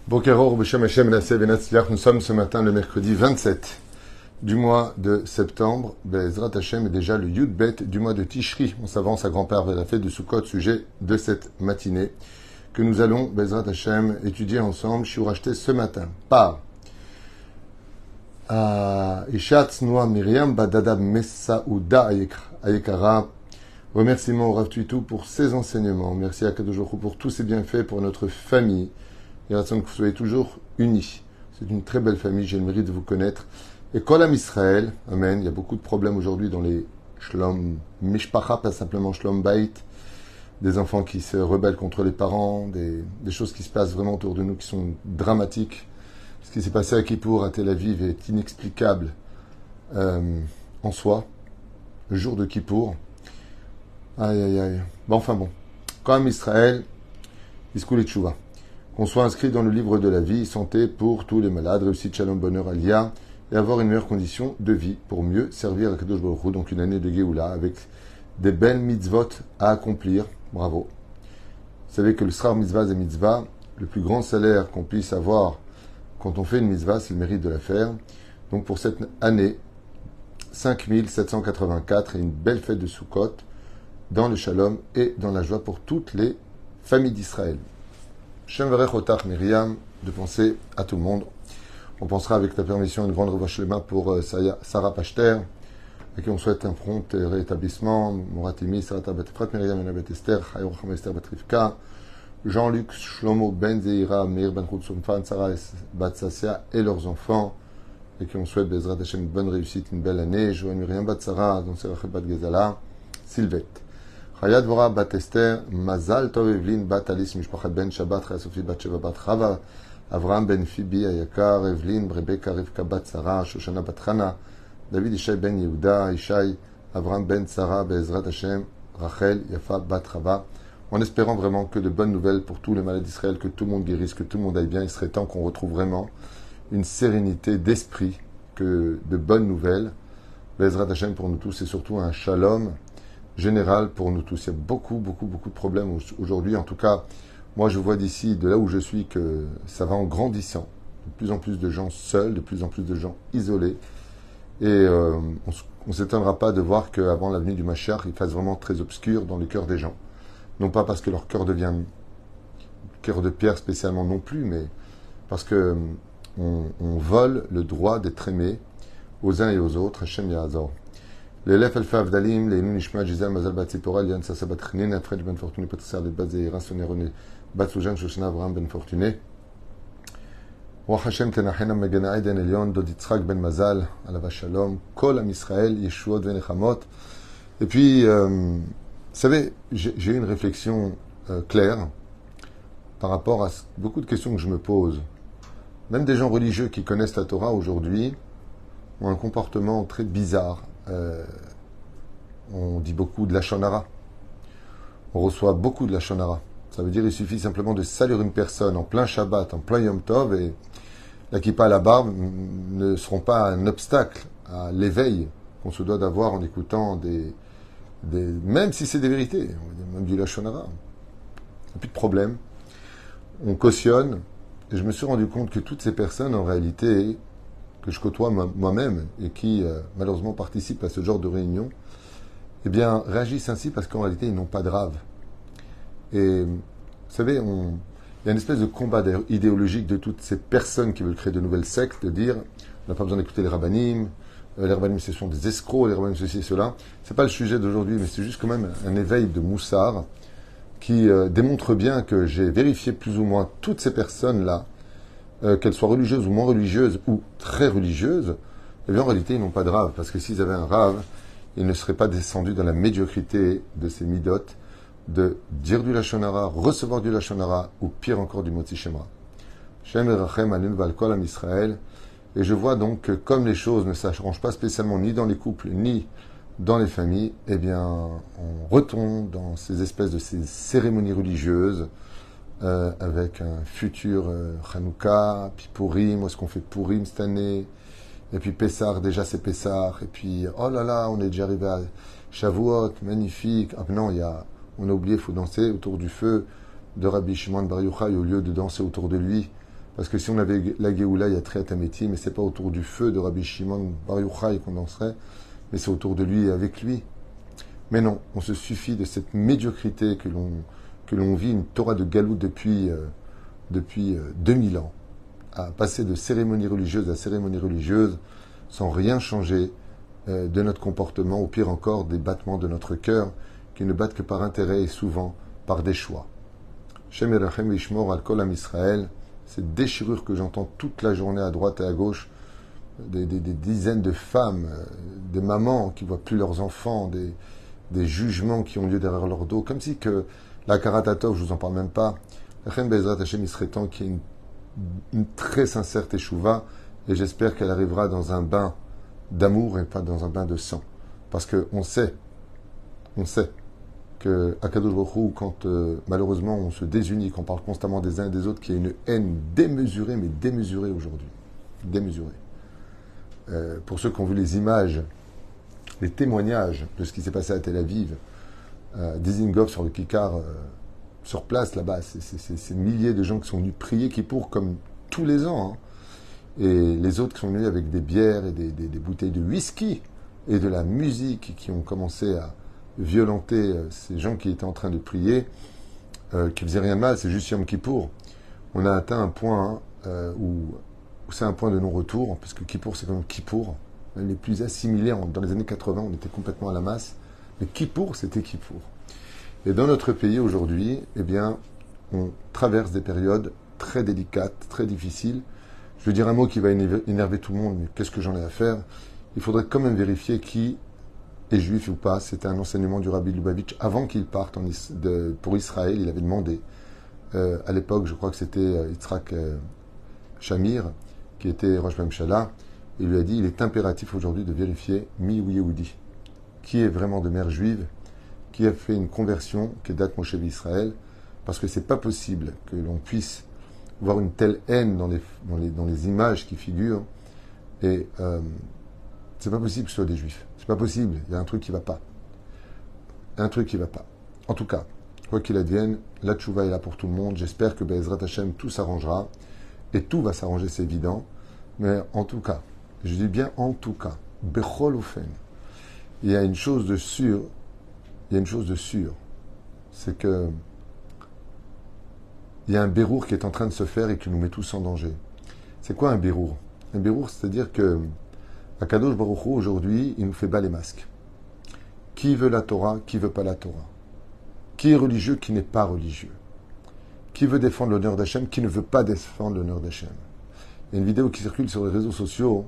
Boker Or, Beshem Hashem, Nasseh Benatzliach. Nous sommes ce matin le mercredi 27 du mois de septembre. Bezrat Hashem est déjà le Yud Bet du mois de Tishri. On s'avance à grand-père vers la fête de Sukkot, sujet de cette matinée que nous allons, Bezrat Hashem, étudier ensemble. Je suis racheté ce matin par Ishatz Noa Miriam Badada Messaouda Ayekara. Remerciement au Rav Tuitou pour ses enseignements. Merci à Kadosh Baruch Hu pour tous ses bienfaits pour notre famille. Et que vous soyez toujours unis. C'est une très belle famille, j'ai le mérite de vous connaître. Et Kolam Israël, Amen. Il y a beaucoup de problèmes aujourd'hui dans les Shlom Mishpacha, pas simplement Shlom Bait. Des enfants qui se rebellent contre les parents, des choses qui se passent vraiment autour de nous qui sont dramatiques. Ce qui s'est passé à Kippour, à Tel Aviv, est inexplicable en soi. Le jour de Kippour. Aïe, aïe, aïe. Bon. Kolam Israël, Iskoul et Tchouva. Qu'on soit inscrit dans le livre de la vie, santé pour tous les malades, réussite, shalom, bonheur, alia, et avoir une meilleure condition de vie pour mieux servir à Kadosh Baruch Hu, donc une année de Géoula, avec des belles mitzvot à accomplir. Bravo. Vous savez que le srar mitzvah et mitzvah, le plus grand salaire qu'on puisse avoir quand on fait une mitzvah, c'est le mérite de la faire. Donc pour cette année, 5784 et une belle fête de Sukkot, dans le shalom et dans la joie pour toutes les familles d'Israël. Shem Verech Otach Myriam, de penser à tout le monde. On pensera avec ta permission une grande revanche pour Sarah Pachter, à qui on souhaite un prompt rétablissement. Moratimi, Sarah Batefrat, Myriam Enabet Esther, Hayor Hamester Batrivka, Jean-Luc Shlomo Ben Zeira, Meir Ben Khoutsoumfan, Sarah Batsassia et leurs enfants, et qui on souhaite Bezrat Hashem une bonne réussite, une belle année. Joanne Myriam Batsara, Don Serachet Bat Gezala, Sylvette. Chayat Vora Bat Esther, Mazal Tov Evelyn Bat Alice Mishpachat Ben Shabbat, Chaya Sophie Bat Sheva Bat Chava, Avraham Ben Fibi Ayakar, Evelyn, Rebecca Rivka Bat Sarah, Shoshana Bat Chana, David Ishai Ben Yehuda, Ishai, Avraham Ben Sarah, Be'ezrat Hashem, Rachel, Yafa Bat Chava, en espérant vraiment que de bonnes nouvelles pour tous les malades d'Israël, que tout le monde guérisse, que tout le monde aille bien. Il serait temps qu'on retrouve vraiment une sérénité d'esprit, que de bonnes nouvelles. Be'ezrat Hashem pour nous tous et surtout un shalom général pour nous tous. Il y a beaucoup de problèmes aujourd'hui. En tout cas, moi je vois d'ici, de là où je suis, que ça va en grandissant. De plus en plus de gens seuls, de plus en plus de gens isolés. Et on ne s'étonnera pas de voir qu'avant la venue du Mashiach, il fasse vraiment très obscur dans le cœur des gens. Non pas parce que leur cœur devient cœur de pierre spécialement non plus, mais parce que on vole le droit d'être aimé aux uns et aux autres. Hashem Ya'azor. L'élève Alpha Avdalim, les Nunishma, Gisèle, Mazal Batsipora, Lian Sassa Batrinin, Afred Ben Fortuné, Patricia de Bazéira, Soné René, Batsoujan, Shoshana, Abraham Ben Fortuné, Roi Hashem Tenachena, Megana Eden Elion, Doditzrak Ben Mazal, Alava Shalom, Kol Am Israël, Yeshuot Venechamot. Et puis, vous savez, j'ai eu une réflexion claire par rapport à beaucoup de questions que je me pose. Même des gens religieux qui connaissent la Torah aujourd'hui ont un comportement très bizarre. On dit beaucoup de Lachon Hara. On reçoit beaucoup de Lachon Hara. Ça veut dire qu'il suffit simplement de saluer une personne en plein Shabbat, en plein Yom Tov, et la kippa et la barbe ne seront pas un obstacle à l'éveil qu'on se doit d'avoir en écoutant même si c'est des vérités, même du Lachon Hara. Il n'y a plus de problème. On cautionne. Et je me suis rendu compte que toutes ces personnes, en réalité, que je côtoie moi-même et qui malheureusement participent à ce genre de réunion, eh bien, réagissent ainsi parce qu'en réalité, ils n'ont pas de rave. Et vous savez, il y a une espèce de combat idéologique de toutes ces personnes qui veulent créer de nouvelles sectes, de dire, on n'a pas besoin d'écouter les rabbanim ce sont des escrocs, les rabbanim ceci et cela. C'est pas le sujet d'aujourd'hui, mais c'est juste quand même un éveil de moussard qui démontre bien que j'ai vérifié plus ou moins toutes ces personnes-là, qu'elles soient religieuses ou moins religieuses ou très religieuses, eh bien en réalité ils n'ont pas de rave, parce que s'ils avaient un rave, ils ne seraient pas descendus dans la médiocrité de ces midotes, de dire du Lachon Hara, recevoir du Lachon Hara, ou pire encore du Motzi Shemra. Shem Erachem Alenu Val Kol Am Israël. Et je vois donc que comme les choses ne s'arrangent pas spécialement ni dans les couples, ni dans les familles, eh bien on retombe dans ces espèces de ces cérémonies religieuses, avec un futur Hanouka, puis Purim, où est-ce qu'on fait Purim cette année, et puis Pessah, déjà c'est Pessah, et puis oh là là, on est déjà arrivé à Shavuot, magnifique. Ah non, on a oublié, il faut danser autour du feu de Rabbi Shimon Bar Yochai au lieu de danser autour de lui, Parce que si on avait la Géoula, il y a Triat Hametim, mais c'est pas autour du feu de Rabbi Shimon Bar Yochai qu'on danserait, mais c'est autour de lui et avec lui. Mais non, on se suffit de cette médiocrité que l'on vit, une Torah de Galou depuis 2000 ans, à passer de cérémonie religieuse à cérémonie religieuse, sans rien changer de notre comportement, au pire encore des battements de notre cœur, qui ne battent que par intérêt et souvent par des choix. Shem Erachem Vishmor al Kol Am Israël, cette déchirure que j'entends toute la journée à droite et à gauche, des dizaines de femmes, des mamans qui voient plus leurs enfants, des jugements qui ont lieu derrière leur dos, comme si que la Karatatov, je vous en parle même pas, Chen Bezrat Hashem, il serait temps qu'il y ait une très sincère teshuva, et j'espère qu'elle arrivera dans un bain d'amour et pas dans un bain de sang. Parce qu'on sait que Akadosh Baruch Hu, quand malheureusement on se désunit, qu'on parle constamment des uns et des autres, qu'il y a une haine démesurée, mais démesurée aujourd'hui. Démesurée. Pour ceux qui ont vu les images, les témoignages de ce qui s'est passé à Tel Aviv, Dizengoff sur le Kikar, sur place là-bas, c'est milliers de gens qui sont venus prier Kippour comme tous les ans. Hein. Et les autres qui sont venus avec des bières et des bouteilles de whisky et de la musique qui ont commencé à violenter ces gens qui étaient en train de prier, qui faisaient rien de mal, c'est juste Yom Kippour. On a atteint un point où c'est un point de non-retour, parce que Kippour, c'est quand même Kippour. Les plus assimilés, dans les années 80, on était complètement à la masse. Mais Kippour, c'était Kippour. Et dans notre pays aujourd'hui, eh bien, on traverse des périodes très délicates, très difficiles. Je veux dire un mot qui va énerver tout le monde, mais qu'est-ce que j'en ai à faire? Il faudrait quand même vérifier qui est juif ou pas. C'était un enseignement du Rabbi Lubavitch avant qu'il parte pour Israël. Il avait demandé, à l'époque, je crois que c'était Yitzhak Shamir, qui était Rosh Mimshala, il lui a dit, il est impératif aujourd'hui de vérifier mi ou Yehudi, qui est vraiment de mère juive, qui a fait une conversion, qui est date Moshe Israël, parce que c'est pas possible que l'on puisse voir une telle haine dans les images qui figurent, et c'est pas possible que ce soit des juifs. C'est pas possible, il y a un truc qui va pas. Un truc qui va pas. En tout cas, quoi qu'il advienne, la tchouva est là pour tout le monde. J'espère que Be'ezrat Hashem, tout s'arrangera, et tout va s'arranger, c'est évident, mais en tout cas, je dis bien en tout cas, Bechol Ofen, il y a une chose de sûre, c'est que il y a un bérour qui est en train de se faire et qui nous met tous en danger. C'est quoi un bérour? Un bérour, c'est-à-dire que Akadosh Baruch Hu, aujourd'hui, il nous fait bas les masques. Qui veut la Torah, qui veut pas la Torah? Qui est religieux, qui n'est pas religieux? Qui veut défendre l'honneur d'Hachem, qui ne veut pas défendre l'honneur d'Hachem? Il y a une vidéo qui circule sur les réseaux sociaux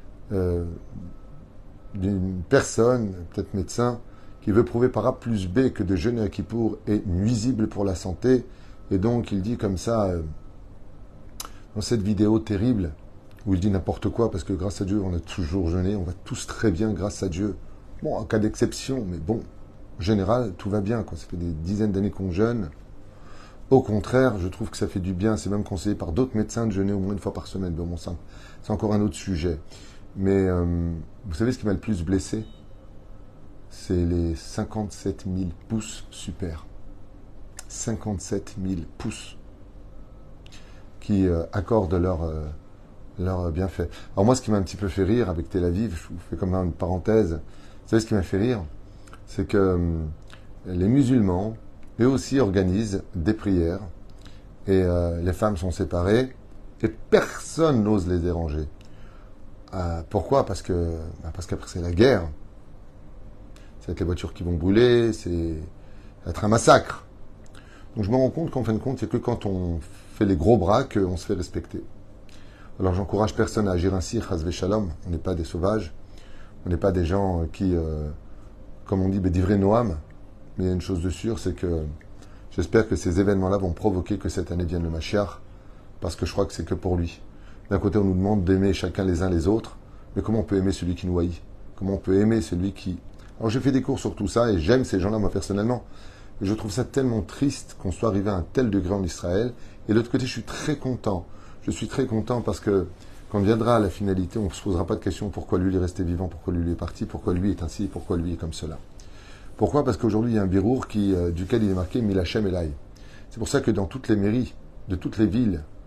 d'une personne, peut-être médecin, qui veut prouver par A plus B que de jeûner à Kippour est nuisible pour la santé. Et donc, il dit comme ça, dans cette vidéo terrible, où il dit n'importe quoi, parce que grâce à Dieu, on a toujours jeûné, on va tous très bien grâce à Dieu. Bon, en cas d'exception, mais bon, en général, tout va bien, quoi. Ça fait des dizaines d'années qu'on jeûne. Au contraire, je trouve que ça fait du bien. C'est même conseillé par d'autres médecins de jeûner au moins une fois par semaine. Bon, c'est encore un autre sujet. Mais vous savez ce qui m'a le plus blessé? C'est les 57 000 pouces super. 57 000 pouces qui accordent leur bienfait. Alors moi, ce qui m'a un petit peu fait rire avec Tel Aviv, je vous fais comme une parenthèse, vous savez ce qui m'a fait rire? C'est que les musulmans, eux aussi organisent des prières et les femmes sont séparées et personne n'ose les déranger. Pourquoi? Parce qu'après c'est la guerre. Ça va être les voitures qui vont brûler, ça va être un massacre. Donc je me rends compte qu'en fin de compte, c'est que quand on fait les gros bras qu'on se fait respecter. Alors j'encourage personne à agir ainsi, chas v'shalom. On n'est pas des sauvages, on n'est pas des gens qui, comme on dit, divrei noam. Mais il y a une chose de sûre, c'est que j'espère que ces événements-là vont provoquer que cette année vienne le Mashiach, parce que je crois que c'est que pour lui. D'un côté, on nous demande d'aimer chacun les uns les autres, mais comment on peut aimer celui qui nous haït? Comment on peut aimer celui qui... Alors j'ai fait des cours sur tout ça, et j'aime ces gens-là, moi, personnellement. Et je trouve ça tellement triste qu'on soit arrivé à un tel degré en Israël. Et de l'autre côté, je suis très content. Je suis très content parce que quand on viendra à la finalité, on ne se posera pas de questions pourquoi lui il est resté vivant, pourquoi lui il est parti, pourquoi lui est ainsi, pourquoi lui est comme cela. Pourquoi? Parce qu'aujourd'hui, il y a un birour duquel il est marqué Milachem Elai. C'est pour ça que dans toutes les mairies de toutes les villes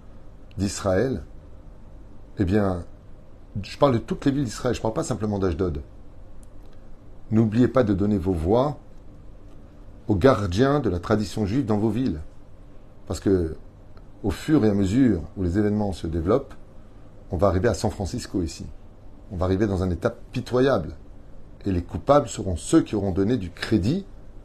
d'Israël, eh bien, je parle de toutes les villes d'Israël, je ne parle pas simplement d'Ashdod. N'oubliez pas de donner vos voix aux gardiens de la tradition juive dans vos villes. Parce que, au fur et à mesure où les événements se développent, on va arriver à San Francisco ici. On va arriver dans un état pitoyable. Et les coupables seront ceux qui auront donné du crédit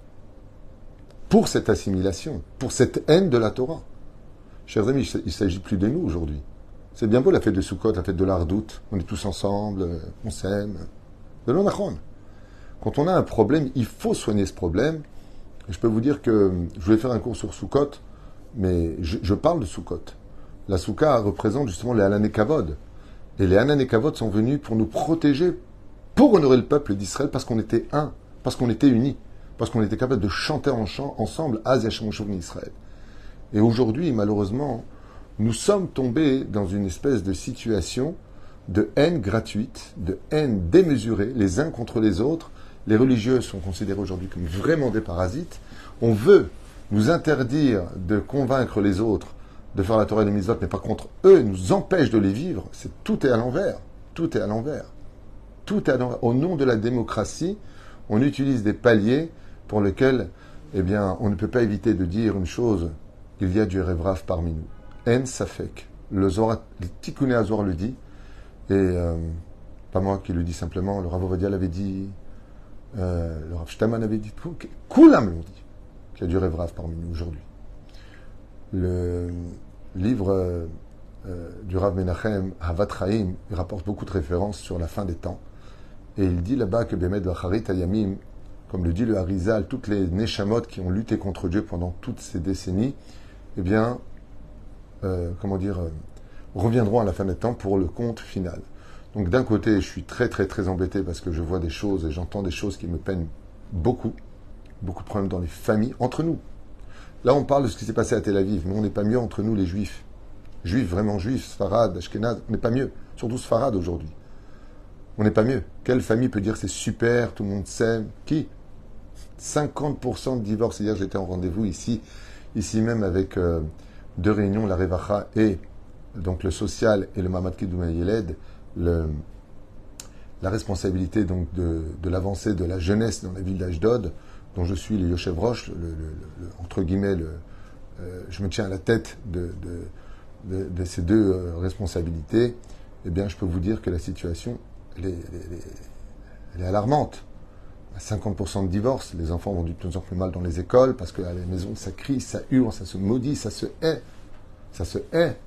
pour cette assimilation, pour cette haine de la Torah. Chers amis, il ne s'agit plus de nous aujourd'hui. C'est bien beau la fête de Sukkot, la fête de l'Ardout. On est tous ensemble, on s'aime. De l'Onachon. Quand on a un problème, il faut soigner ce problème. Et je peux vous dire que je voulais faire un cours sur Sukkot, mais je parle de Sukkot. La Soukha représente justement les Hanan et Kavod. Et les Hanan et Kavod sont venus pour nous protéger, pour honorer le peuple d'Israël, parce qu'on était un, parce qu'on était unis, parce qu'on était capable de chanter ensemble Az Yashem Shovni Israël. Et aujourd'hui, malheureusement, nous sommes tombés dans une espèce de situation de haine gratuite, de haine démesurée, les uns contre les autres. Les religieux sont considérés aujourd'hui comme vraiment des parasites. On veut nous interdire de convaincre les autres de faire la Torah et les mitzvot, mais par contre, eux nous empêchent de les vivre. Tout est à l'envers. Tout est à l'envers. Tout est à l'envers. Au nom de la démocratie, on utilise des paliers pour lesquels, eh bien, on ne peut pas éviter de dire une chose. Il y a du Révraf parmi nous. En Safek. Le Tikkun Azor le dit. Et pas moi qui le dis simplement. Le Rav Ovadia l'avait dit. Le Rav Shtaman avait dit. Koulam l'ont dit. Qu'il y a du Révraf parmi nous aujourd'hui. Le livre du Rav Menachem, Havat Chaim, il rapporte beaucoup de références sur la fin des temps. Et il dit là-bas que Bemed Vacharit Ayamim, comme le dit le Harizal, toutes les Neshamot qui ont lutté contre Dieu pendant toutes ces décennies, eh bien, reviendront à la fin des temps pour le compte final. Donc d'un côté, je suis très très très embêté parce que je vois des choses et j'entends des choses qui me peinent beaucoup. Beaucoup de problèmes dans les familles, entre nous. Là, on parle de ce qui s'est passé à Tel Aviv, mais on n'est pas mieux entre nous, les Juifs. Juifs, vraiment Juifs, Sfarad, Ashkenaz, on n'est pas mieux. Surtout Sfarad aujourd'hui. On n'est pas mieux. Quelle famille peut dire c'est super, tout le monde s'aime? Qui? 50% de divorces. Hier, j'étais en rendez-vous ici même avec deux réunions, la Revacha et donc le social et le Mamad Kiddoum Yeled, la responsabilité donc de l'avancée de la jeunesse dans la ville d'Ashdod, dont je suis le Yoshev Rosh, entre guillemets, je me tiens à la tête de ces deux responsabilités. Eh bien, je peux vous dire que la situation, elle est alarmante. 50% de divorces, les enfants vont de plus en plus mal dans les écoles, parce qu'à la maison, ça crie, ça hurle, ça se maudit, ça se hait. Ça se hait.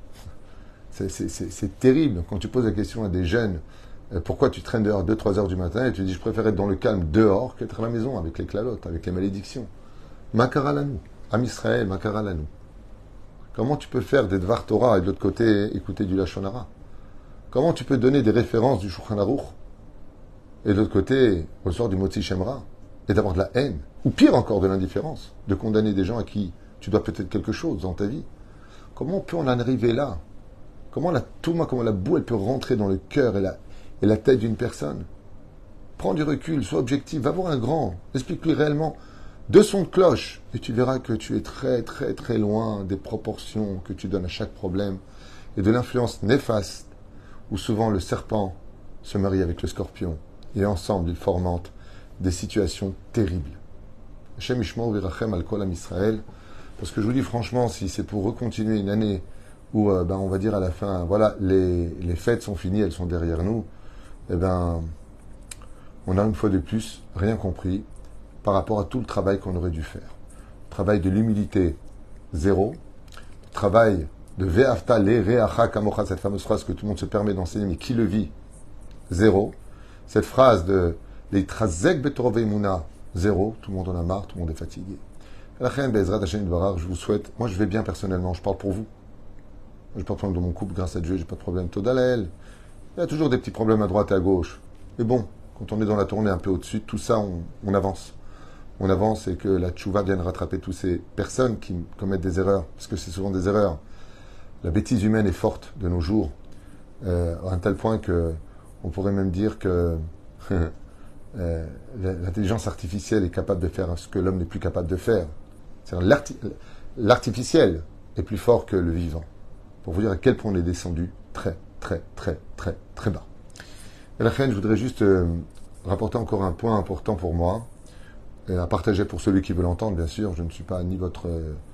C'est terrible. Quand tu poses la question à des jeunes, pourquoi tu traînes dehors 2-3 heures du matin, et tu dis, je préfère être dans le calme dehors qu'être à la maison, avec les clalotes, avec les malédictions. Makara lanou. Am Israël, Makara lanou. Comment tu peux faire des Dvar Torah et de l'autre côté écouter du Lashon Hara? Comment tu peux donner des références du Shulchan Aruch et de l'autre côté recevoir du Motzi Shemra et d'avoir de la haine, ou pire encore de l'indifférence, de condamner des gens à qui tu dois peut-être quelque chose dans ta vie? Comment peut on en arriver là? Comment la touma, comment la boue, elle peut rentrer dans le cœur et la tête d'une personne? Prends du recul, sois objectif, va voir un grand, explique-lui réellement de son de cloche, et tu verras que tu es très très très loin des proportions que tu donnes à chaque problème et de l'influence néfaste où souvent le serpent se marie avec le scorpion et ensemble ils formentent des situations terribles. Hashem Yishmor Virachem al Kol Am Israël, parce que je vous dis franchement, si c'est pour recontinuer une année où on va dire à la fin, voilà, les fêtes sont finies, elles sont derrière nous, eh ben, on a une fois de plus rien compris par rapport à tout le travail qu'on aurait dû faire. Travail de l'humilité, zéro. Travail de Ve'afta le re'acha kamocha, cette fameuse phrase que tout le monde se permet d'enseigner, mais qui le vit, zéro. Cette phrase de l'itrazek betorah ve'emuna, zéro. Tout le monde en a marre, tout le monde est fatigué. Je vous souhaite, moi je vais bien personnellement, je parle pour vous. Je n'ai pas de problème dans mon couple, grâce à Dieu, j'ai pas de problème. Todalel. Il y a toujours des petits problèmes à droite et à gauche. Mais bon, quand on est dans la tournée un peu au-dessus, tout ça, on avance. On avance et que la tchouva vienne rattraper toutes ces personnes qui commettent des erreurs, parce que c'est souvent des erreurs. La bêtise humaine est forte de nos jours, à un tel point que on pourrait même dire que l'intelligence artificielle est capable de faire ce que l'homme n'est plus capable de faire. C'est-à-dire l'artificiel est plus fort que le vivant. pour vous dire à quel point on est descendu très, très, très, très, très bas. Et la fin, je voudrais juste rapporter encore un point important pour moi, et à partager pour celui qui veut l'entendre, bien sûr. Je ne suis pas ni votre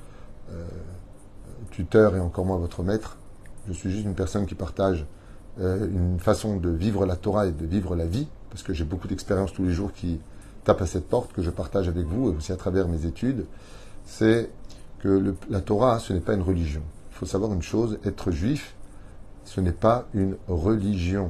tuteur et encore moins votre maître. Je suis juste une personne qui partage une façon de vivre la Torah et de vivre la vie, parce que j'ai beaucoup d'expériences tous les jours qui tapent à cette porte, que je partage avec vous, et aussi à travers mes études. C'est que la Torah, ce n'est pas une religion. Il faut savoir une chose, être juif, ce n'est pas une religion.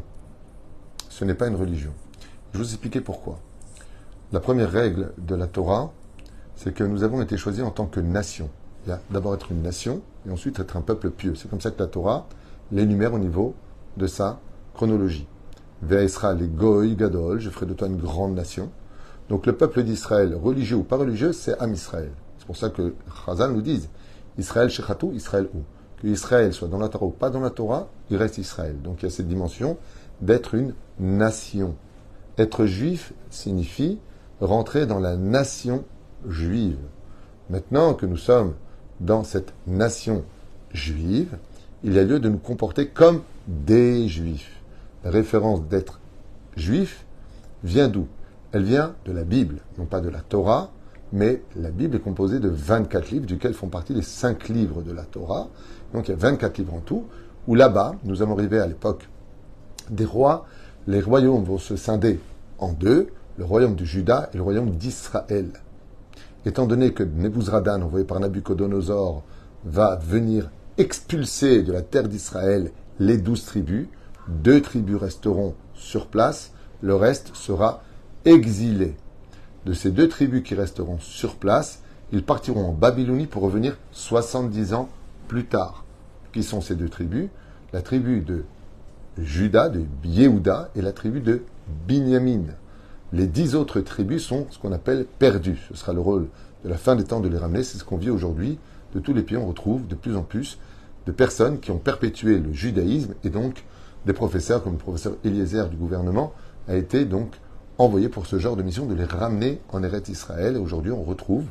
Ce n'est pas une religion. Je vais vous expliquer pourquoi. La première règle de la Torah, c'est que nous avons été choisis en tant que nation. Il y a d'abord être une nation, et ensuite être un peuple pieux. C'est comme ça que la Torah l'énumère au niveau de sa chronologie. Ve'esra les goy gadol, je ferai de toi une grande nation. Donc le peuple d'Israël, religieux ou pas religieux, c'est Am Israël. C'est pour ça que Chazal nous dit Israël shechatou, Israël ou. Que Israël soit dans la Torah ou pas dans la Torah, il reste Israël. Donc il y a cette dimension d'être une nation. Être juif signifie rentrer dans la nation juive. Maintenant que nous sommes dans cette nation juive, il y a lieu de nous comporter comme des juifs. La référence d'être juif vient d'où? Elle vient de la Bible, non pas de la Torah, mais la Bible est composée de 24 livres, duquel font partie les 5 livres de la Torah. Donc il y a 24 livres en tout, où là-bas, nous allons arriver à l'époque des rois. Les royaumes vont se scinder en deux, le royaume de Juda et le royaume d'Israël. Étant donné que Nebuzradan, envoyé par Nabucodonosor, va venir expulser de la terre d'Israël les 12 tribus, 2 tribus resteront sur place, le reste sera exilé. De ces 2 tribus qui resteront sur place, ils partiront en Babylonie pour revenir 70 ans plus tard. Qui sont ces 2 tribus? La tribu de Juda, de Yehuda, et la tribu de Binyamin. Les 10 autres tribus sont ce qu'on appelle perdues. Ce sera le rôle de la fin des temps de les ramener. C'est ce qu'on vit aujourd'hui. De tous les pays, on retrouve de plus en plus de personnes qui ont perpétué le judaïsme, et donc des professeurs comme le professeur Eliezer du gouvernement a été donc envoyé pour ce genre de mission, de les ramener en Eretz Israël. Et aujourd'hui, on retrouve,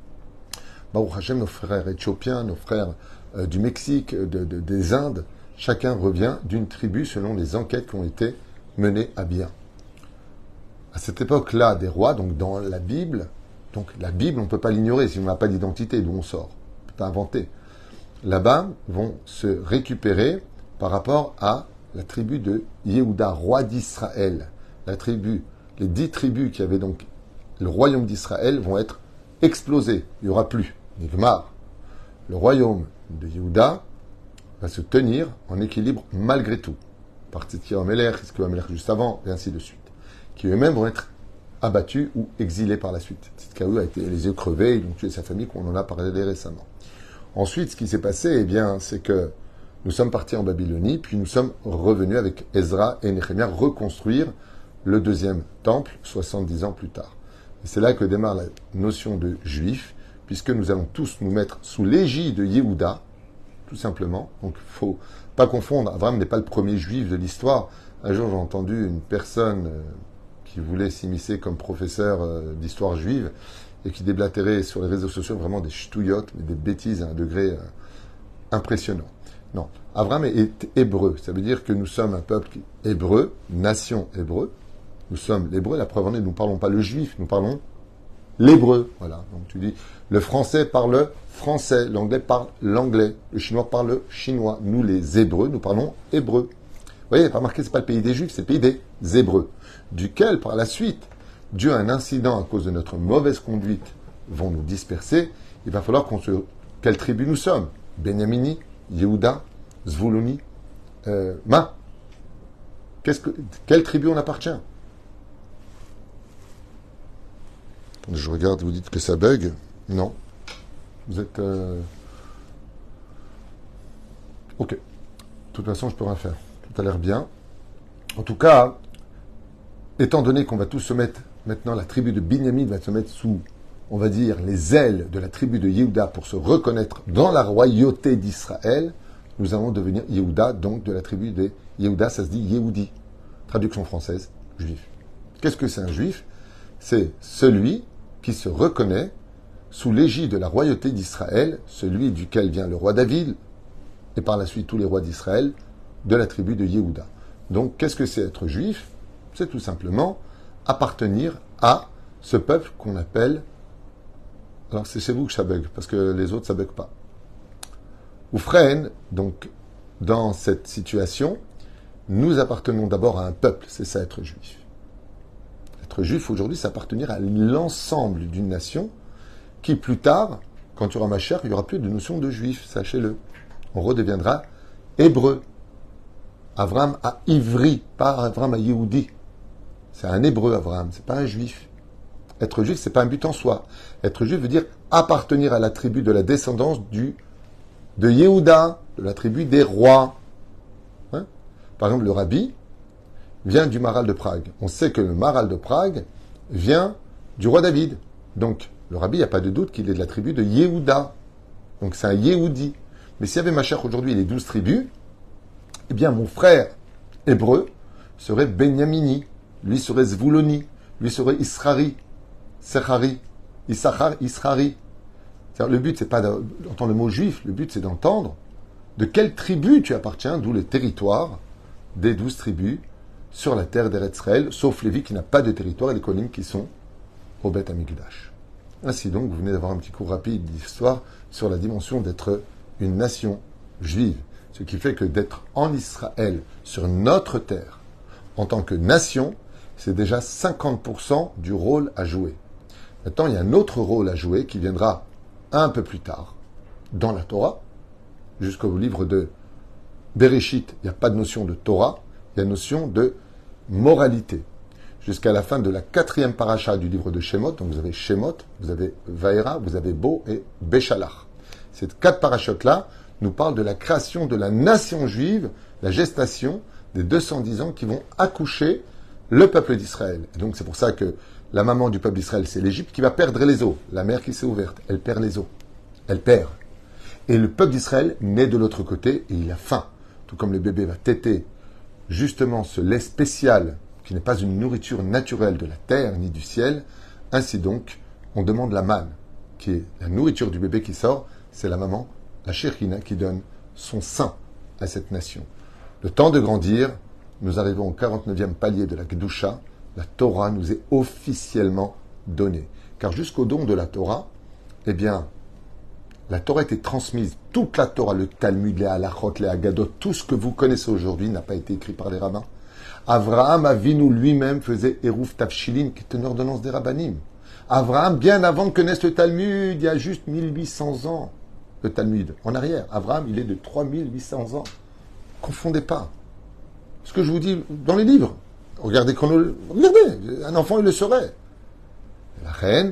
Baruch Hashem, nos frères éthiopiens, nos frères du Mexique, des Indes. Chacun revient d'une tribu selon les enquêtes qui ont été menées à bien. À cette époque-là, des rois, donc dans la Bible, on ne peut pas l'ignorer si on n'a pas d'identité d'où on sort. On ne peut pas inventer. Là-bas, vont se récupérer par rapport à la tribu de Yehuda, roi d'Israël. Les 10 tribus qui avaient donc le royaume d'Israël vont être explosées. Il n'y aura plus. Nigmar. Le royaume de Yehuda va se tenir en équilibre malgré tout. Partie de Kiramelech, Kiramelech juste avant, et ainsi de suite. Qui eux-mêmes vont être abattus ou exilés par la suite. Tzidkiyahu a été les yeux crevés, ils ont tué sa famille, qu'on en a parlé récemment. Ensuite, ce qui s'est passé, eh bien, c'est que nous sommes partis en Babylonie, puis nous sommes revenus avec Ezra et Néhémia reconstruire le 2e temple 70 ans plus tard. Et c'est là que démarre la notion de juif, puisque nous allons tous nous mettre sous l'égide de Yehuda, tout simplement. Donc, il ne faut pas confondre. Abraham n'est pas le premier juif de l'histoire. Un jour, j'ai entendu une personne qui voulait s'immiscer comme professeur d'histoire juive et qui déblatérait sur les réseaux sociaux vraiment des ch'touillottes, mais des bêtises à un degré impressionnant. Non, Abraham est hébreu. Ça veut dire que nous sommes un peuple hébreu, nation hébreu. Nous sommes l'hébreu. La preuve en est, nous ne parlons pas le juif, nous parlons l'hébreu. Voilà. Donc tu dis, le français parle le français, l'anglais parle l'anglais, le chinois parle le chinois. Nous, les hébreux, nous parlons hébreu. Vous voyez, remarquez, ce n'est pas le pays des juifs, c'est le pays des hébreux. Duquel, par la suite, Dieu a un incident à cause de notre mauvaise conduite, vont nous disperser. Il va falloir quelle tribu nous sommes? Benyamini, Yehuda, Zvoulouni, quelle tribu on appartient? Je regarde, vous dites que ça bug. Non. Vous êtes... Ok. De toute façon, je peux rien faire. Tout a l'air bien. En tout cas, étant donné qu'on va tous se mettre... Maintenant, la tribu de Binyamin va se mettre sous, on va dire, les ailes de la tribu de Yehuda pour se reconnaître dans la royauté d'Israël. Nous allons devenir Yehuda, donc de la tribu de Yehuda, ça se dit Yehudi. Traduction française, juif. Qu'est-ce que c'est un juif? C'est celui qui se reconnaît sous l'égide de la royauté d'Israël, celui duquel vient le roi David, et par la suite tous les rois d'Israël de la tribu de Yehuda. Donc, qu'est-ce que c'est être juif? C'est tout simplement appartenir à ce peuple qu'on appelle... Alors, c'est chez vous que ça bug, parce que les autres, ça bug pas. Oufren, donc, dans cette situation, nous appartenons d'abord à un peuple, c'est ça être juif. Être juif aujourd'hui, c'est appartenir à l'ensemble d'une nation qui, plus tard, quand il y aura Mashiach, il n'y aura plus de notion de juif, sachez-le. On redeviendra hébreu. Avram a ivri, pas Avram a Yehudi. C'est un hébreu, Avram, c'est pas un juif. Être juif, c'est pas un but en soi. Être juif veut dire appartenir à la tribu de la descendance de Yehuda, de la tribu des rois. Hein? Par exemple, le rabbi vient du Maral de Prague. On sait que le Maral de Prague vient du roi David. Donc, le rabbi, il n'y a pas de doute qu'il est de la tribu de Yehuda. Donc, c'est un Yehudi. Mais s'il y avait Mashiach aujourd'hui, les 12 tribus, eh bien, mon frère hébreu serait Benyamini. Lui serait Zvuloni. Lui serait Israri. Sechari. Issachar, Israri. C'est-à-dire, le but, c'est pas d'entendre le mot juif. Le but, c'est d'entendre de quelle tribu tu appartiens, d'où le territoire des 12 tribus sur la terre d'Eretz Israël, sauf Lévi qui n'a pas de territoire et les Kohanim qui sont au Beth Amikdash. Ainsi donc, vous venez d'avoir un petit cours rapide d'histoire sur la dimension d'être une nation juive. Ce qui fait que d'être en Israël, sur notre terre, en tant que nation, c'est déjà 50% du rôle à jouer. Maintenant, il y a un autre rôle à jouer qui viendra un peu plus tard, dans la Torah, jusqu'au livre de Bereshit, il n'y a pas de notion de Torah, il y a une notion de moralité. Jusqu'à la fin de la 4e paracha du livre de Shemot, donc vous avez Shemot, vous avez Vaera, vous avez Bo et Béchalach. Ces 4 parachutes-là nous parlent de la création de la nation juive, la gestation des 210 ans qui vont accoucher le peuple d'Israël. Et donc c'est pour ça que la maman du peuple d'Israël, c'est l'Égypte qui va perdre les eaux. La mer qui s'est ouverte, elle perd les eaux. Elle perd. Et le peuple d'Israël naît de l'autre côté et il a faim. Tout comme le bébé va téter justement ce lait spécial qui n'est pas une nourriture naturelle de la terre ni du ciel. Ainsi donc, on demande la manne, qui est la nourriture du bébé qui sort. C'est la maman, la Shekhinah, qui donne son sein à cette nation. Le temps de grandir, nous arrivons au 49e palier de la Kedusha. La Torah nous est officiellement donnée. Car jusqu'au don de la Torah, eh bien, la Torah était transmise. Toute la Torah, le Talmud, les Halachot, les Haggadot, tout ce que vous connaissez aujourd'hui n'a pas été écrit par les rabbins. Avraham Avinu lui-même faisait Eruv Tavshilin, qui est une ordonnance des rabbanim. Avraham, bien avant que naisse le Talmud, il y a juste 1800 ans, le Talmud, en arrière. Avraham, il est de 3800 ans. Confondez pas. Ce que je vous dis dans les livres. Regardez, regardez, un enfant, il le saurait. La reine,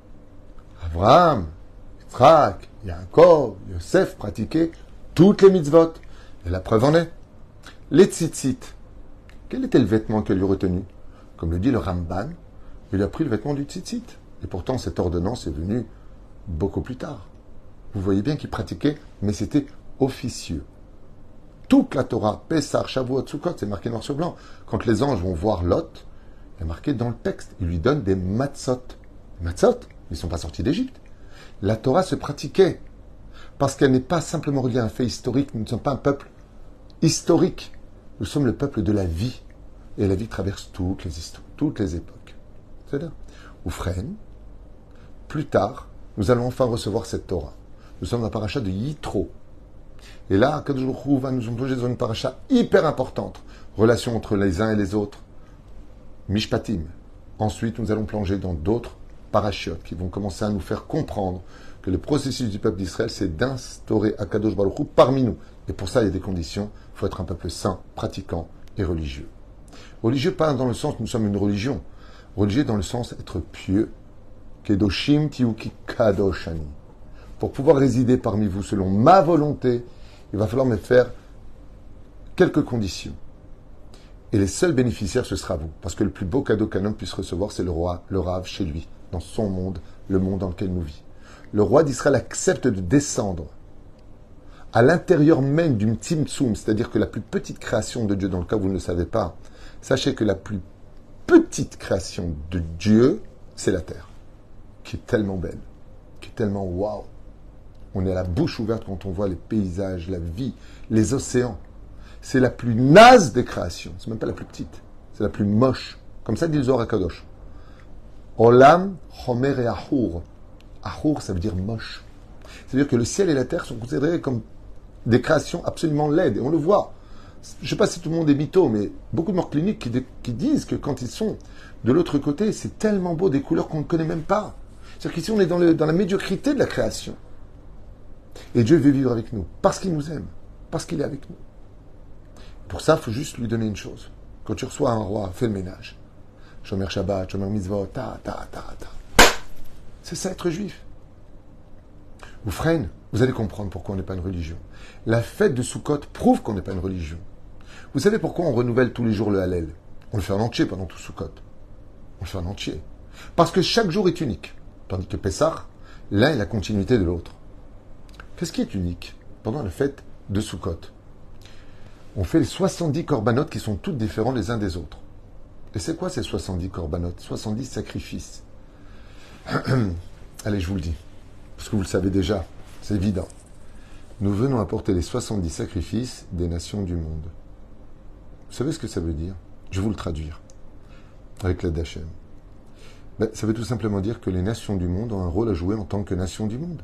Avraham, Yitzhak, Yaakov, Yosef pratiquaient toutes les mitzvot. Et la preuve en est. Les tzitzit. Quel était le vêtement qu'elle lui a retenu? Comme le dit le Ramban, il a pris le vêtement du tzitzit. Et pourtant, cette ordonnance est venue beaucoup plus tard. Vous voyez bien qu'il pratiquait, mais c'était officieux. Toute la Torah, Pessah, Shavuot, Sukkot, c'est marqué noir sur blanc. Quand les anges vont voir Lot, il est marqué dans le texte. Il lui donne des matzot. Les matzot, ils ne sont pas sortis d'Égypte. La Torah se pratiquait parce qu'elle n'est pas simplement reliée à un fait historique. Nous ne sommes pas un peuple historique. Nous sommes le peuple de la vie. Et la vie traverse toutes les histoires, toutes les époques. C'est-à-dire, Oufren, plus tard, nous allons enfin recevoir cette Torah. Nous sommes dans la paracha de Yitro. Et là, Akadosh Baruch Hu va nous plonger dans une paracha hyper importante. Relation entre les uns et les autres. Mishpatim. Ensuite, nous allons plonger dans d'autres parachutes qui vont commencer à nous faire comprendre que le processus du peuple d'Israël, c'est d'instaurer Akadosh Baruch Hu parmi nous. Et pour ça, il y a des conditions. Il faut être un peuple saint, pratiquant et religieux. Religieux, pas dans le sens nous sommes une religion. Religieux dans le sens être pieux. Kedoshim tiuki kadoshani. Pour pouvoir résider parmi vous selon ma volonté, il va falloir me faire quelques conditions. Et les seuls bénéficiaires, ce sera vous. Parce que le plus beau cadeau qu'un homme puisse recevoir, c'est le roi, le Rav, chez lui, dans son monde, le monde dans lequel nous vivons. Le roi d'Israël accepte de descendre à l'intérieur même d'une Tzimtzum, c'est-à-dire que la plus petite création de Dieu, dans le cas où vous ne le savez pas, sachez que la plus petite création de Dieu, c'est la terre, qui est tellement belle, qui est tellement waouh. On est à la bouche ouverte quand on voit les paysages, la vie, les océans. C'est la plus naze des créations. C'est même pas la plus petite. C'est la plus moche. Comme ça dit le Zohar HaKadosh. Olam, Chomer et Achour. Achour, ça veut dire moche. C'est-à-dire que le ciel et la terre sont considérés comme des créations absolument laides. Et on le voit. Je ne sais pas si tout le monde est mytho, mais beaucoup de morts cliniques qui disent que quand ils sont de l'autre côté, c'est tellement beau, des couleurs qu'on ne connaît même pas. C'est-à-dire qu'ici, on est dans la médiocrité de la création. Et Dieu veut vivre avec nous, parce qu'il nous aime, parce qu'il est avec nous. Pour ça, il faut juste lui donner une chose. Quand tu reçois un roi, fais le ménage. Shomer Shabbat, Shomer Mitzvot, ta. C'est ça être juif. Vous freinez, vous allez comprendre pourquoi on n'est pas une religion. La fête de Sukkot prouve qu'on n'est pas une religion. Vous savez pourquoi on renouvelle tous les jours le Hallel? On le fait en entier pendant tout Sukkot. On le fait en entier. Parce que chaque jour est unique. Tandis que Pessah, l'un est la continuité de l'autre. Qu'est-ce qui est unique pendant la fête de Sukkot? On fait les 70 corbanotes qui sont toutes différents les uns des autres. Et c'est quoi ces 70 corbanotes? 70 sacrifices. Allez, je vous le dis. Parce que vous le savez déjà. C'est évident. Nous venons apporter les 70 sacrifices des nations du monde. Vous savez ce que ça veut dire? Je vais vous le traduire. Avec l'aide d'Hachem. Ça veut tout simplement dire que les nations du monde ont un rôle à jouer en tant que nations du monde.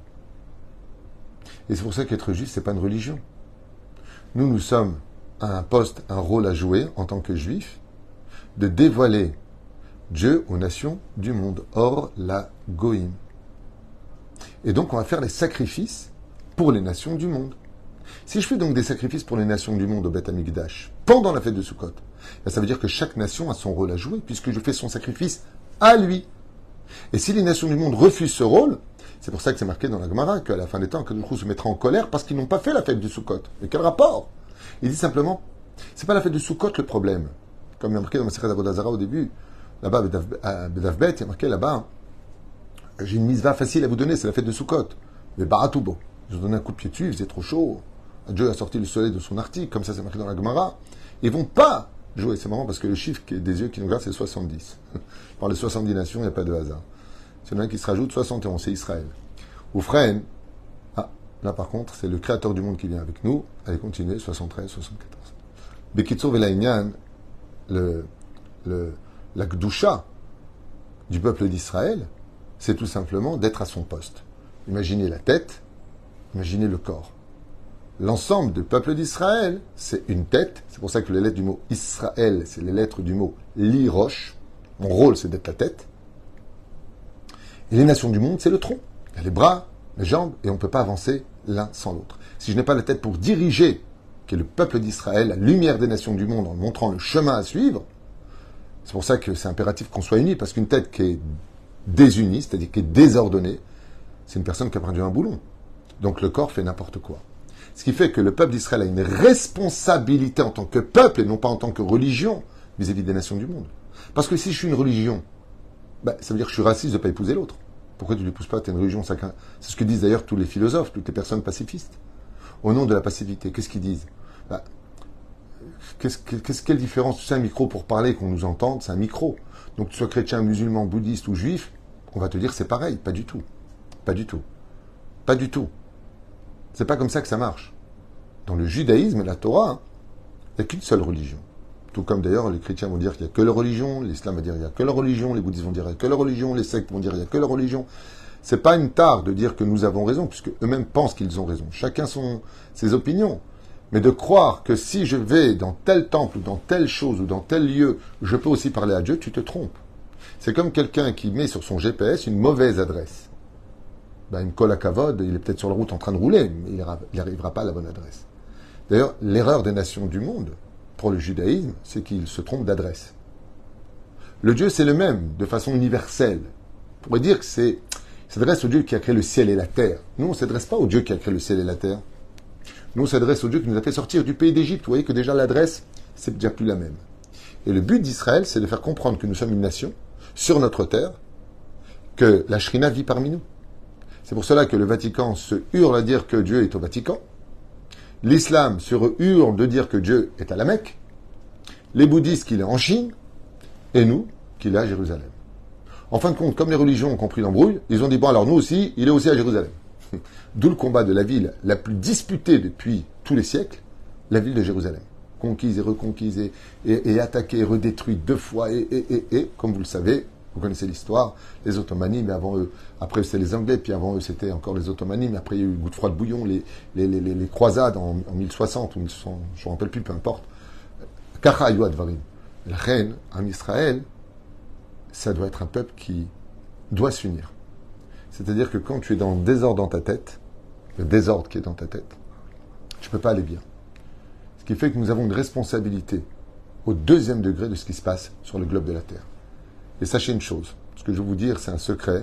Et c'est pour ça qu'être juif, c'est pas une religion. Nous sommes à un poste, un rôle à jouer en tant que juifs, de dévoiler Dieu aux nations du monde. Or, la Goïm. Et donc, on va faire les sacrifices pour les nations du monde. Si je fais donc des sacrifices pour les nations du monde au Beth Amikdash, pendant la fête de Sukkot, ça veut dire que chaque nation a son rôle à jouer, puisque je fais son sacrifice à lui. Et si les nations du monde refusent ce rôle, c'est pour ça que c'est marqué dans la Gemara qu'à la fin des temps, que Kadosh se mettra en colère parce qu'ils n'ont pas fait la fête de Sukkot. Mais quel rapport? Il dit simplement, c'est pas la fête de Sukkot le problème. Comme il y a marqué dans ma Masechet Avodah Zarah au début, là-bas, à Bedav Bet, il y a marqué là-bas, j'ai une mitzvah facile à vous donner, c'est la fête de Sukkot. Mais Baratoubo. Ils ont donné un coup de pied dessus, il faisait trop chaud. Dieu a sorti le soleil de son article, comme ça c'est marqué dans la Gemara. Ils vont pas jouer. C'est marrant parce que le chiffre des yeux qui nous regardent, c'est 70. Par les 70 nations, il n'y a pas de hasard. C'est le même qui se rajoute 71, c'est Israël. Ou Freine, là par contre, c'est le créateur du monde qui vient avec nous. Allez, continuez, 73, 74. Bekitsour Velaïnian, la Gdusha du peuple d'Israël, c'est tout simplement d'être à son poste. Imaginez la tête, imaginez le corps. L'ensemble du peuple d'Israël, c'est une tête. C'est pour ça que les lettres du mot Israël, c'est les lettres du mot Li-Roche. Mon rôle, c'est d'être la tête. Et les nations du monde, c'est le tronc. Il y a les bras, les jambes, et on ne peut pas avancer l'un sans l'autre. Si je n'ai pas la tête pour diriger, qui est le peuple d'Israël, la lumière des nations du monde, en montrant le chemin à suivre, c'est pour ça que c'est impératif qu'on soit unis, parce qu'une tête qui est désunie, c'est-à-dire qui est désordonnée, c'est une personne qui a perdu un boulon. Donc le corps fait n'importe quoi. Ce qui fait que le peuple d'Israël a une responsabilité en tant que peuple et non pas en tant que religion vis-à-vis des nations du monde. Parce que si je suis une religion, ça veut dire que je suis raciste de ne pas épouser l'autre. Pourquoi tu ne l'épouses pas? Tu es une religion, c'est ce que disent d'ailleurs tous les philosophes, toutes les personnes pacifistes. Au nom de la passivité, qu'est-ce qu'ils disent? Quelle différence? C'est un micro pour parler, qu'on nous entende, c'est un micro. Donc que tu sois chrétien, musulman, bouddhiste ou juif, on va te dire c'est pareil. Pas du tout. Pas du tout. Pas du tout. C'est pas comme ça que ça marche. Dans le judaïsme, la Torah, il n'y a qu'une seule religion. Tout comme d'ailleurs les chrétiens vont dire qu'il n'y a que leur religion, l'islam va dire qu'il n'y a que leur religion, les bouddhistes vont dire qu'il n'y a que leur religion, les sectes vont dire qu'il n'y a que leur religion. C'est pas une tare de dire que nous avons raison, puisque eux-mêmes pensent qu'ils ont raison. Chacun ses opinions. Mais de croire que si je vais dans tel temple ou dans telle chose ou dans tel lieu, je peux aussi parler à Dieu, tu te trompes. C'est comme quelqu'un qui met sur son GPS une mauvaise adresse. Une colle à cavode, il est peut-être sur la route en train de rouler, mais il n'arrivera pas à la bonne adresse. D'ailleurs, l'erreur des nations du monde, pour le judaïsme, c'est qu'il se trompe d'adresse. Le Dieu, c'est le même, de façon universelle. On pourrait dire que il s'adresse au Dieu qui a créé le ciel et la terre. Nous, on ne s'adresse pas au Dieu qui a créé le ciel et la terre. Nous, on s'adresse au Dieu qui nous a fait sortir du pays d'Égypte. Vous voyez que déjà l'adresse, c'est déjà plus la même. Et le but d'Israël, c'est de faire comprendre que nous sommes une nation, sur notre terre, que la Shrina vit parmi nous. C'est pour cela que le Vatican se hurle à dire que Dieu est au Vatican. L'islam se hurle de dire que Dieu est à la Mecque. Les bouddhistes qu'il est en Chine. Et nous, qu'il est à Jérusalem. En fin de compte, comme les religions ont compris l'embrouille, ils ont dit, bon alors nous aussi, il est aussi à Jérusalem. D'où le combat de la ville la plus disputée depuis tous les siècles, la ville de Jérusalem. Conquise et reconquise et attaquée et redétruite 2 fois. Et, comme vous le savez, vous connaissez l'histoire, les Ottomanies, mais avant eux, après c'était les Anglais, puis avant eux c'était encore les Ottomanies, mais après il y a eu le goût de froid de bouillon, les croisades en 1060 ou 1100, je ne me rappelle plus, peu importe. Kacha ayu advarim. La reine, en Israël, ça doit être un peuple qui doit s'unir. C'est-à-dire que quand tu es dans le désordre dans ta tête, le désordre qui est dans ta tête, tu ne peux pas aller bien. Ce qui fait que nous avons une responsabilité au 2e degré de ce qui se passe sur le globe de la Terre. Et sachez une chose, ce que je vais vous dire, c'est un secret,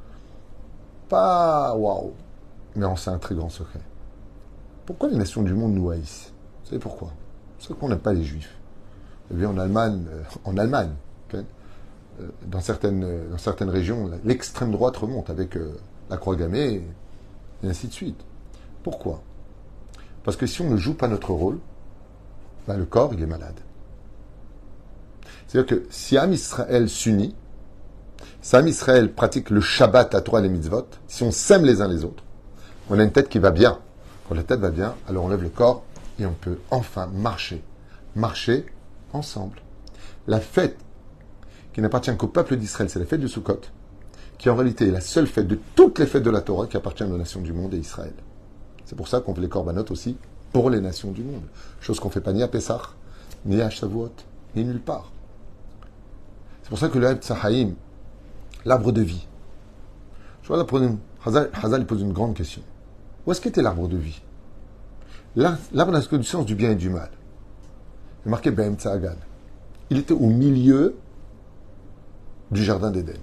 pas waouh, mais c'est un très grand secret. Pourquoi les nations du monde nous haïssent? Vous savez pourquoi? Parce qu'on n'aime pas les Juifs. Vous avez vu en Allemagne, okay, dans certaines régions, l'extrême droite remonte avec la croix gammée et ainsi de suite. Pourquoi? Parce que si on ne joue pas notre rôle, ben le corps, il est malade. C'est-à-dire que si Am Israël s'unit, si Am Israël pratique le Shabbat à Torah et les mitzvot, si on s'aime les uns les autres, on a une tête qui va bien. Quand la tête va bien, alors on lève le corps et on peut enfin marcher. Marcher ensemble. La fête qui n'appartient qu'au peuple d'Israël, c'est la fête du Sukkot, qui en réalité est la seule fête de toutes les fêtes de la Torah qui appartiennent aux nations du monde et Israël. C'est pour ça qu'on fait les korbanot aussi pour les nations du monde. Chose qu'on ne fait pas ni à Pessah, ni à Shavuot, ni nulle part. C'est pour ça que le Etz Haïm, l'arbre de vie. Je vois là, Hazal pose une grande question. Où est-ce qu'était l'arbre de vie? L'arbre de la connaissance du bien et du mal. Il est marqué Be'em Tza'agan. Il était au milieu du jardin d'Éden.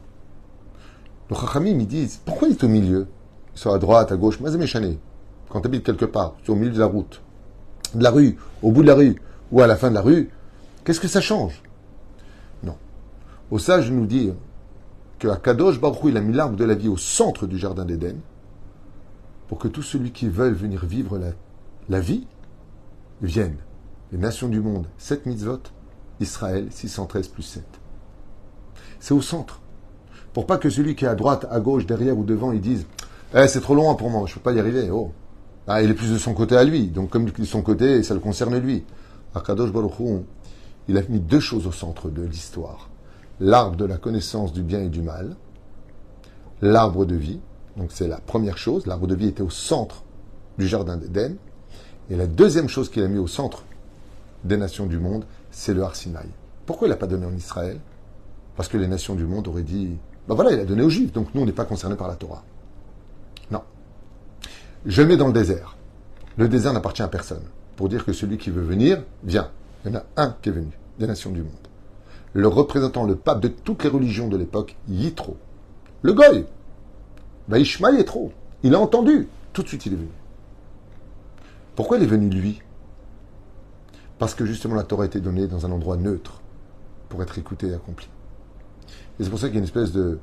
Les Chachamim, ils disent, pourquoi il est au milieu? Ils sont à droite, à gauche, mais méchané. Quand tu habites quelque part, tu es au milieu de la route, de la rue, au bout de la rue, ou à la fin de la rue, qu'est-ce que ça change? Non. Au sage nous dire que Kadosh Baruch Hu, il a mis l'arbre de la vie au centre du jardin d'Éden, pour que tous ceux qui veulent venir vivre la vie viennent. Les nations du monde, 7 mitzvot, Israël, 613 plus 7. C'est au centre. Pour pas que celui qui est à droite, à gauche, derrière ou devant, il dise c'est trop loin pour moi, je ne peux pas y arriver. Oh. Ah, il est plus de son côté à lui. Donc comme de son côté, ça le concerne lui. Akadosh Baruch Hu, il a mis 2 choses au centre de l'histoire. L'arbre de la connaissance du bien et du mal, l'arbre de vie. Donc c'est la première chose. L'arbre de vie était au centre du jardin d'Éden. Et la deuxième chose qu'il a mis au centre des nations du monde, c'est le Har Sinaï. Pourquoi il n'a pas donné en Israël? Parce que les nations du monde auraient dit, ben voilà, il a donné aux Juifs, donc nous on n'est pas concernés par la Torah. Non. Je le mets dans le désert. Le désert n'appartient à personne. Pour dire que celui qui veut venir, vient. Il y en a un qui est venu, des nations du monde. Le représentant, le pape de toutes les religions de l'époque, Yitro. Le Goy. Ben Ishmael Yitro. Il a entendu. Tout de suite il est venu. Pourquoi il est venu lui? Parce que justement la Torah a été donnée dans un endroit neutre pour être écoutée et accomplie. Et c'est pour ça qu'il y a une espèce de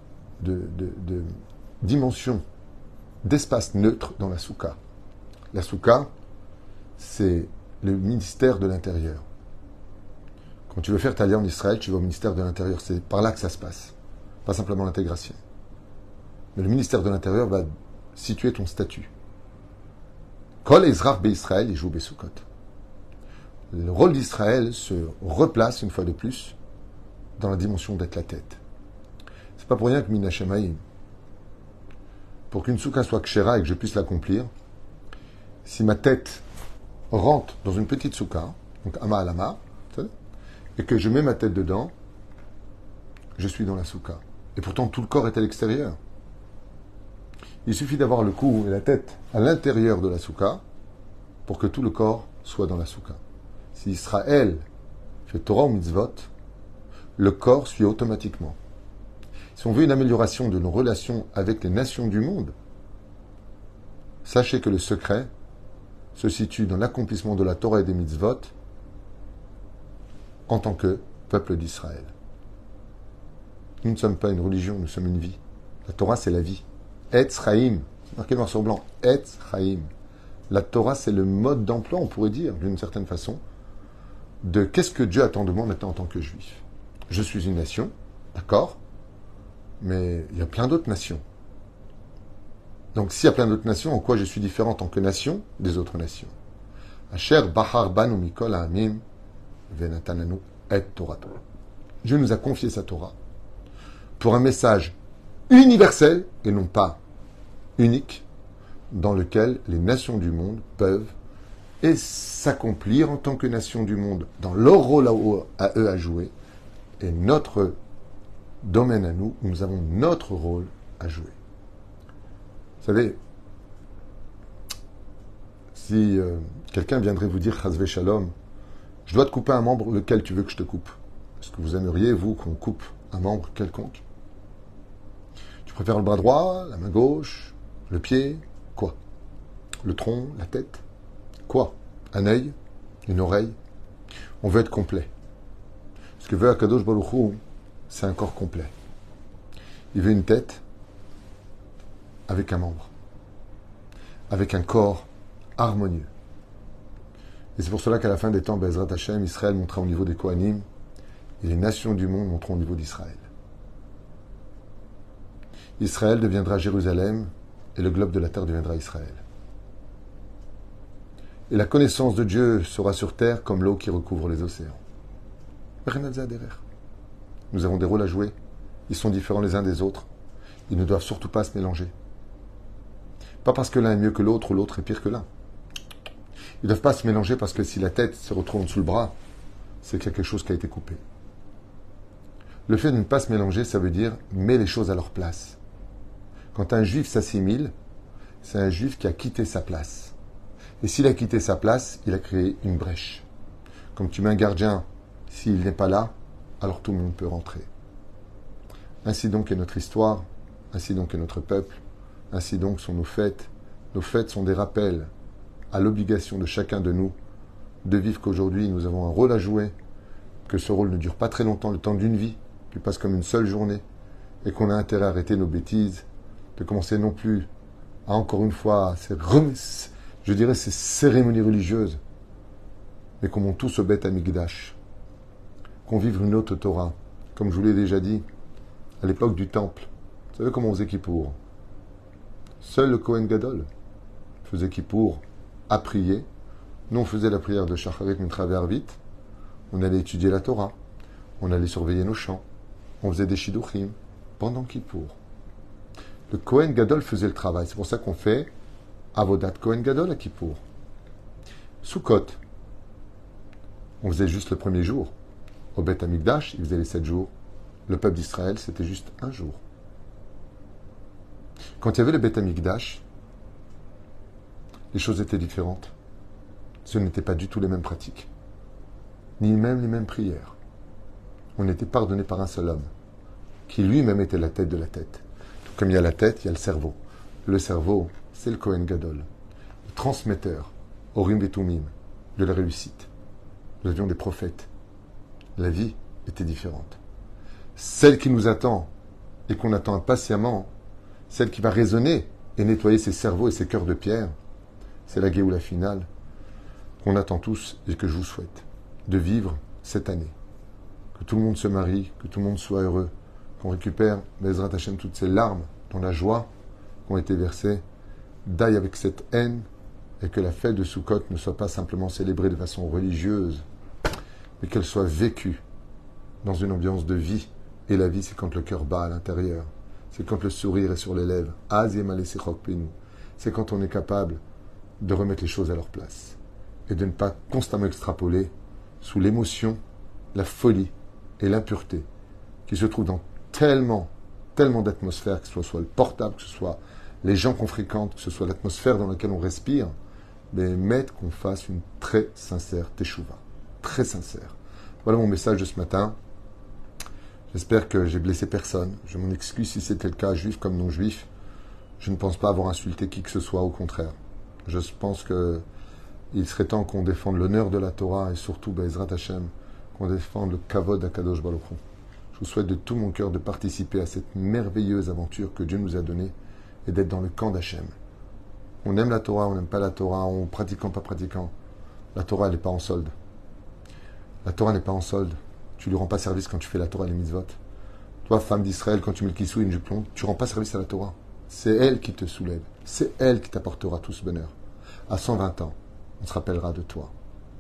dimension d'espace neutre dans la soukha. La soukha, c'est le ministère de l'Intérieur. Quand tu veux faire ta lien en Israël, tu vas au ministère de l'Intérieur. C'est par là que ça se passe. Pas simplement l'intégration. Mais le ministère de l'Intérieur va situer ton statut. Kol Ezrach Be-Israël, il joue Be-Sukkot. Le rôle d'Israël se replace une fois de plus dans la dimension d'être la tête. C'est pas pour rien que Min Hashemaïm, pour qu'une soukha soit kshera et que je puisse l'accomplir, si ma tête rentre dans une petite soukha, donc ama alama, et que je mets ma tête dedans, je suis dans la soukha. Et pourtant tout le corps est à l'extérieur. Il suffit d'avoir le cou et la tête à l'intérieur de la soukha pour que tout le corps soit dans la soukha. Si Israël fait Torah ou mitzvot, le corps suit automatiquement. Si on veut une amélioration de nos relations avec les nations du monde, sachez que le secret se situe dans l'accomplissement de la Torah et des mitzvot en tant que peuple d'Israël. Nous ne sommes pas une religion, nous sommes une vie. La Torah, c'est la vie. Etz Chaim, c'est marqué noir sur blanc. Etz Chaim. La Torah, c'est le mode d'emploi, on pourrait dire, d'une certaine façon, de qu'est-ce que Dieu attend de moi maintenant en tant que juif. Je suis une nation, d'accord, mais il y a plein d'autres nations. Donc s'il y a plein d'autres nations, en quoi je suis différent en tant que nation des autres nations? Asher Bahar Banu Mikol Ha'amim Venatananu et Torato. Dieu nous a confié sa Torah pour un message universel et non pas unique, dans lequel les nations du monde peuvent et s'accomplir en tant que nation du monde dans leur rôle à eux à jouer et notre domaine à nous, où nous avons notre rôle à jouer. Vous savez, si quelqu'un viendrait vous dire Chazvé Shalom, je dois te couper un membre, lequel tu veux que je te coupe? Est-ce que vous aimeriez, vous, qu'on coupe un membre quelconque? Tu préfères le bras droit, la main gauche, le pied? Quoi? Le tronc, la tête? Quoi? Un œil? Une oreille? On veut être complet. Ce que veut Akadosh Baruch Hu, c'est un corps complet. Il veut une tête avec un membre, avec un corps harmonieux. Et c'est pour cela qu'à la fin des temps, Bezrat Hashem, Israël montera au niveau des Kohanim, et les nations du monde monteront au niveau d'Israël. Israël deviendra Jérusalem, et le globe de la terre deviendra Israël. Et la connaissance de Dieu sera sur terre comme l'eau qui recouvre les océans. Nous avons des rôles à jouer. Ils sont différents les uns des autres. Ils ne doivent surtout pas se mélanger. Pas parce que l'un est mieux que l'autre ou l'autre est pire que l'un. Ils ne doivent pas se mélanger parce que si la tête se retrouve en dessous le bras, c'est qu'il y a quelque chose qui a été coupé. Le fait de ne pas se mélanger, ça veut dire mets les choses à leur place. Quand un juif s'assimile, c'est un juif qui a quitté sa place. Et s'il a quitté sa place, il a créé une brèche. Comme tu mets un gardien, s'il n'est pas là, alors tout le monde peut rentrer. Ainsi donc est notre histoire, ainsi donc est notre peuple, ainsi donc sont nos fêtes. Nos fêtes sont des rappels à l'obligation de chacun de nous de vivre qu'aujourd'hui nous avons un rôle à jouer, que ce rôle ne dure pas très longtemps, le temps d'une vie, qui passe comme une seule journée, et qu'on a intérêt à arrêter nos bêtises, de commencer non plus à encore une fois ces cérémonies religieuses, mais qu'on monte tous au Beth Amikdash, qu'on vive une autre Torah, comme je vous l'ai déjà dit, à l'époque du temple. Vous savez comment on faisait Kippour? Seul le Kohen Gadol faisait Kippour à prier. Nous, on faisait la prière de Shacharit Mincha Ve'Arvit. On allait étudier la Torah. On allait surveiller nos champs. On faisait des Shidduchim pendant Kippour. Le Kohen Gadol faisait le travail. C'est pour ça qu'on fait Avodat Kohen Gadol à Kippour. Sukkot, on faisait juste le premier jour. Au Beth Amikdash, il faisait les 7 jours. Le peuple d'Israël, c'était juste un jour. Quand il y avait le Beth Amikdash, les choses étaient différentes. Ce n'étaient pas du tout les mêmes pratiques, ni même les mêmes prières. On était pardonné par un seul homme, qui lui-même était la tête de la tête. Tout comme il y a la tête, il y a le cerveau. Le cerveau, c'est le Kohen Gadol, le transmetteur, Orim Vetumim, de la réussite. Nous avions des prophètes. La vie était différente. Celle qui nous attend, et qu'on attend impatiemment, celle qui va résonner et nettoyer ses cerveaux et ses cœurs de pierre, c'est la Géoula finale qu'on attend tous et que je vous souhaite de vivre cette année. Que tout le monde se marie, que tout le monde soit heureux, qu'on récupère, Bezrat Hashem, toutes ces larmes dans la joie qui ont été versées, d'aille avec cette haine, et que la fête de Sukkot ne soit pas simplement célébrée de façon religieuse, mais qu'elle soit vécue dans une ambiance de vie. Et la vie, c'est quand le cœur bat à l'intérieur. C'est quand le sourire est sur les lèvres. C'est quand on est capable de remettre les choses à leur place. Et de ne pas constamment extrapoler sous l'émotion, la folie et l'impureté qui se trouvent dans tellement d'atmosphères, que ce soit le portable, que ce soit les gens qu'on fréquente, que ce soit l'atmosphère dans laquelle on respire, mais mettre qu'on fasse une très sincère teshuva. Très sincère. Voilà mon message de ce matin. J'espère que j'ai blessé personne. Je m'en excuse si c'était le cas, juif comme non juif. Je ne pense pas avoir insulté qui que ce soit, au contraire. Je pense qu'il serait temps qu'on défende l'honneur de la Torah et surtout, Bezrat Hashem, qu'on défende le kavod d'Akadosh Baruch Hu. Je vous souhaite de tout mon cœur de participer à cette merveilleuse aventure que Dieu nous a donnée et d'être dans le camp d'Hachem. On aime la Torah, on n'aime pas la Torah, on pratiquant, pas pratiquant. La Torah, elle n'est pas en solde. La Torah n'est pas en solde. Tu ne lui rends pas service quand tu fais la Torah et les mitzvot. Toi, femme d'Israël, quand tu mets le kissou et une jupe longue, tu ne rends pas service à la Torah. C'est elle qui te soulève. C'est elle qui t'apportera tout ce bonheur. À 120 ans, on se rappellera de toi.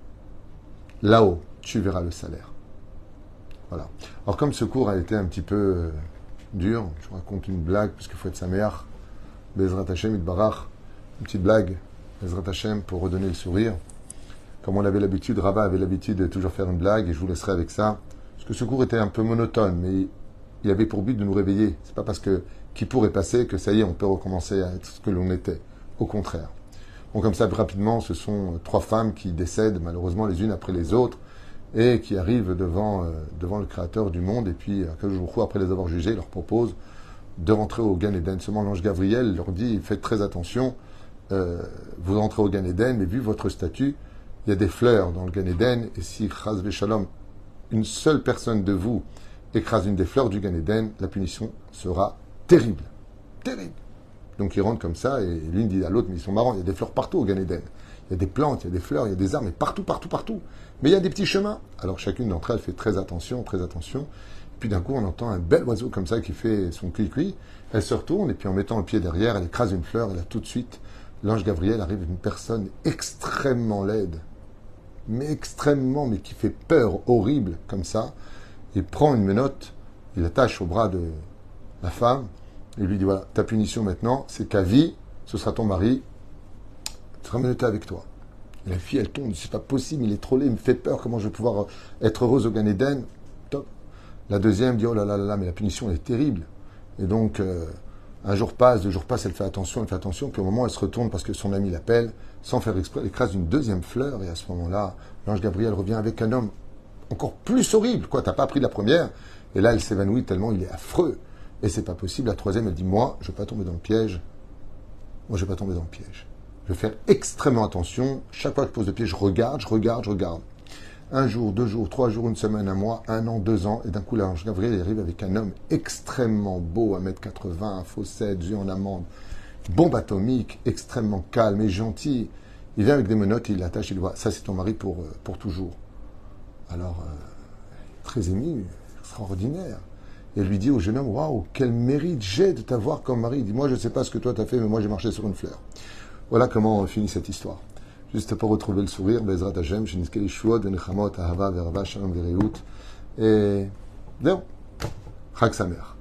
Là-haut, tu verras le salaire. Voilà. Alors comme ce cours a été un petit peu dur, je vous raconte une blague, puisqu'il faut être sa mère. Bezrat Hashem Itbarach, une petite blague, Bezrat Hashem, pour redonner le sourire. Comme on avait l'habitude, Rabat avait l'habitude de toujours faire une blague, et je vous laisserai avec ça. Parce que ce cours était un peu monotone, mais il avait pour but de nous réveiller. C'est pas parce que Kippour est passé que ça y est, on peut recommencer à être ce que l'on était. Au contraire. Donc comme ça, rapidement, ce sont 3 femmes qui décèdent malheureusement les unes après les autres et qui arrivent devant le Créateur du monde. Et puis, quelques jours après les avoir jugées, il leur propose de rentrer au Gan Eden. Seulement l'ange Gabriel leur dit, faites très attention, vous rentrez au Gan Eden, mais vu votre statut, il y a des fleurs dans le Gan Eden, et si Chaz Veshalom, une seule personne de vous écrase une des fleurs du Gan Eden, la punition sera terrible. Terrible. Donc ils rentrent comme ça, et l'une dit à l'autre, mais ils sont marrants, il y a des fleurs partout au Gan Eden. Il y a des plantes, il y a des fleurs, il y a des arbres, mais partout, partout, partout. Mais il y a des petits chemins. Alors chacune d'entre elles fait très attention, très attention. Puis d'un coup, on entend un bel oiseau comme ça qui fait son cui-cui. Elle se retourne, et puis en mettant le pied derrière, elle écrase une fleur, et là tout de suite, l'ange Gabriel arrive, une personne extrêmement laide, mais qui fait peur, horrible, comme ça. Il prend une menotte, il l'attache au bras de la femme, et lui dit, voilà, ta punition maintenant, c'est qu'à vie, ce sera ton mari, tu seras menotté avec toi. Et la fille, elle tombe, c'est pas possible, il est trop laid, il me fait peur, comment je vais pouvoir être heureuse au Gan Eden? Top. La deuxième dit, oh là là là là, mais la punition, elle est terrible. Et donc, un jour passe, 2 jours passent, elle fait attention, puis au moment où elle se retourne parce que son ami l'appelle, sans faire exprès, elle écrase une deuxième fleur, et à ce moment-là, l'ange Gabriel revient avec un homme encore plus horrible. Quoi, t'as pas appris de la première? Et là, elle s'évanouit tellement il est affreux. Et c'est pas possible. La troisième, elle dit, moi, je vais pas tomber dans le piège. Moi, je vais pas tomber dans le piège. Je vais faire extrêmement attention. Chaque fois que je pose le pied, je regarde. Un jour, 2 jours, 3 jours, une semaine, un mois, 1 an, 2 ans. Et d'un coup, l'ange Gabriel arrive avec un homme extrêmement beau, 1m80, faussette, yeux en amande, bombe atomique, extrêmement calme et gentil. Il vient avec des menottes, il l'attache, il le voit. Ça, c'est ton mari pour toujours. Alors, très ému, extraordinaire. Et elle lui dit au jeune homme, waouh, quel mérite j'ai de t'avoir comme mari. Il dit, moi, je ne sais pas ce que toi t'as fait, mais moi, j'ai marché sur une fleur. Voilà comment finit cette histoire. Juste pour retrouver le sourire, Bezrat Hashem, Sheniske Yeshuot, Venechamot, Ahava, Verava, Shalom, Vereut. Et, non, Chag Sameach.